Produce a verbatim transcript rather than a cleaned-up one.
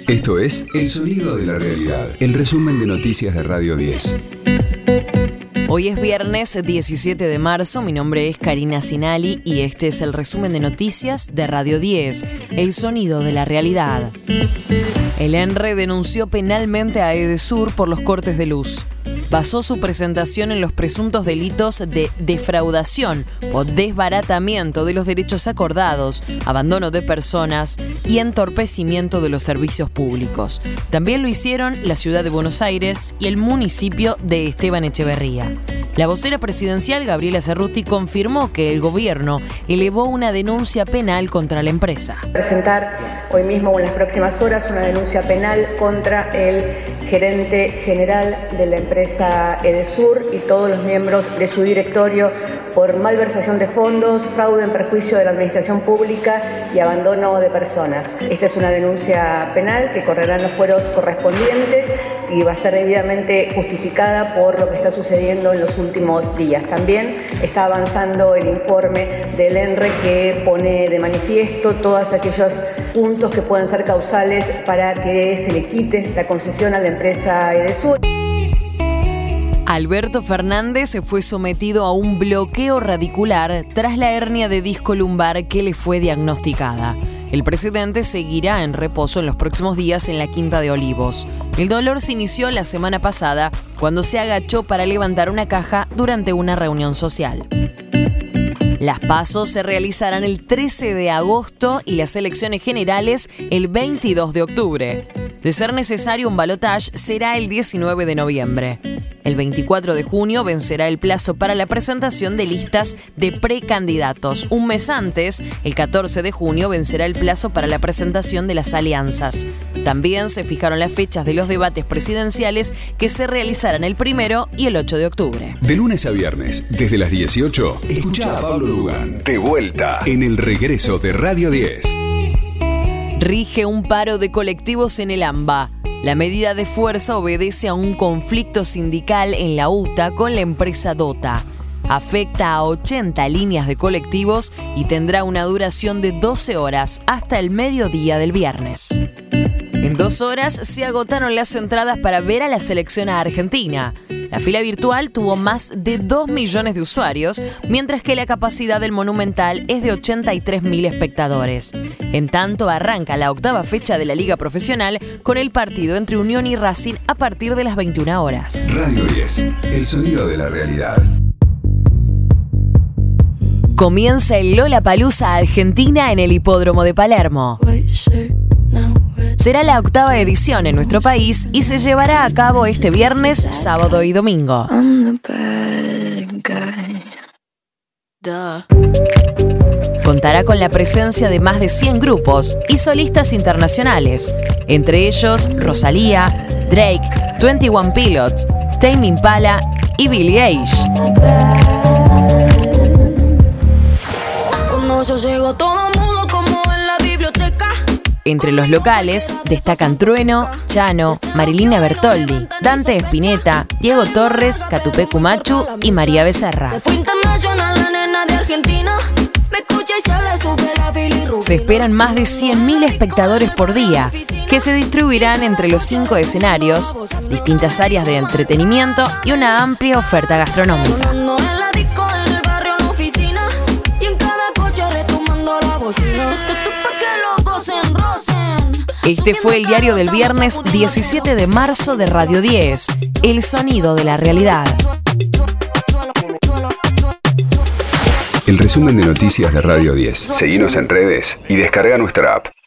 Esto es El Sonido de la Realidad, el resumen de noticias de Radio diez. Hoy es viernes diecisiete de marzo, mi nombre es Karina Sinali y este es el resumen de noticias de Radio diez, El Sonido de la Realidad. El ENRE denunció penalmente a Edesur por los cortes de luz. Basó su presentación en los presuntos delitos de defraudación o desbaratamiento de los derechos acordados, abandono de personas y entorpecimiento de los servicios públicos. También lo hicieron la ciudad de Buenos Aires y el municipio de Esteban Echeverría. La vocera presidencial, Gabriela Cerruti, confirmó que el gobierno elevó una denuncia penal contra la empresa. Presentar hoy mismo o en las próximas horas una denuncia penal contra el gerente general de la empresa Edesur y todos los miembros de su directorio por malversación de fondos, fraude en perjuicio de la administración pública y abandono de personas. Esta es una denuncia penal que correrá en los fueros correspondientes y va a ser debidamente justificada por lo que está sucediendo en los últimos días. También está avanzando el informe del ENRE que pone de manifiesto todos aquellos puntos que pueden ser causales para que se le quite la concesión a la empresa Edesur. Alberto Fernández fue sometido a un bloqueo radicular tras la hernia de disco lumbar que le fue diagnosticada. El presidente seguirá en reposo en los próximos días en la Quinta de Olivos. El dolor se inició la semana pasada cuando se agachó para levantar una caja durante una reunión social. Las PASO se realizarán el trece de agosto y las elecciones generales el veintidós de octubre. De ser necesario un balotaje, será el diecinueve de noviembre. El veinticuatro de junio vencerá el plazo para la presentación de listas de precandidatos. Un mes antes, el catorce de junio, vencerá el plazo para la presentación de las alianzas. También se fijaron las fechas de los debates presidenciales que se realizarán el primero y el ocho de octubre. De lunes a viernes, desde las dieciocho, escucha a Pablo Dugan de vuelta en el regreso de Radio diez. Rige un paro de colectivos en el AMBA. La medida de fuerza obedece a un conflicto sindical en la U T A con la empresa Dota. Afecta a ochenta líneas de colectivos y tendrá una duración de doce horas hasta el mediodía del viernes. En dos horas se agotaron las entradas para ver a la selección argentina. La fila virtual tuvo más de dos millones de usuarios, mientras que la capacidad del Monumental es de ochenta y tres mil espectadores. En tanto, arranca la octava fecha de la Liga Profesional con el partido entre Unión y Racing a partir de las veintiuna horas. Radio diez, el sonido de la realidad. Comienza el Lollapalooza Argentina en el Hipódromo de Palermo. Será la octava edición en nuestro país y se llevará a cabo este viernes, sábado y domingo. Contará con la presencia de más de cien grupos y solistas internacionales, entre ellos Rosalía, Drake, veintiuno Pilots, Tame Impala y Billie Eilish. Cuando yo llego todo mudo como en la biblioteca. Entre los locales destacan Trueno, Chano, Marilina Bertoldi, Dante Spinetta, Diego Torres, Catupecu Machu y María Becerra. Se fue internacional la nena de Argentina. Me escucha y se habla sobre la bilirrubina. Se esperan más de cien mil espectadores por día, que se distribuirán entre los cinco escenarios, distintas áreas de entretenimiento y una amplia oferta gastronómica. Sonando en la disco, en el barrio, en la oficina, y en cada coche retomando la bocina. Esto es pa' que los gocen, rocen. Este fue el diario del viernes diecisiete de marzo de Radio diez, El Sonido de la Realidad. El resumen de noticias de Radio diez. Seguinos en redes y descarga nuestra app.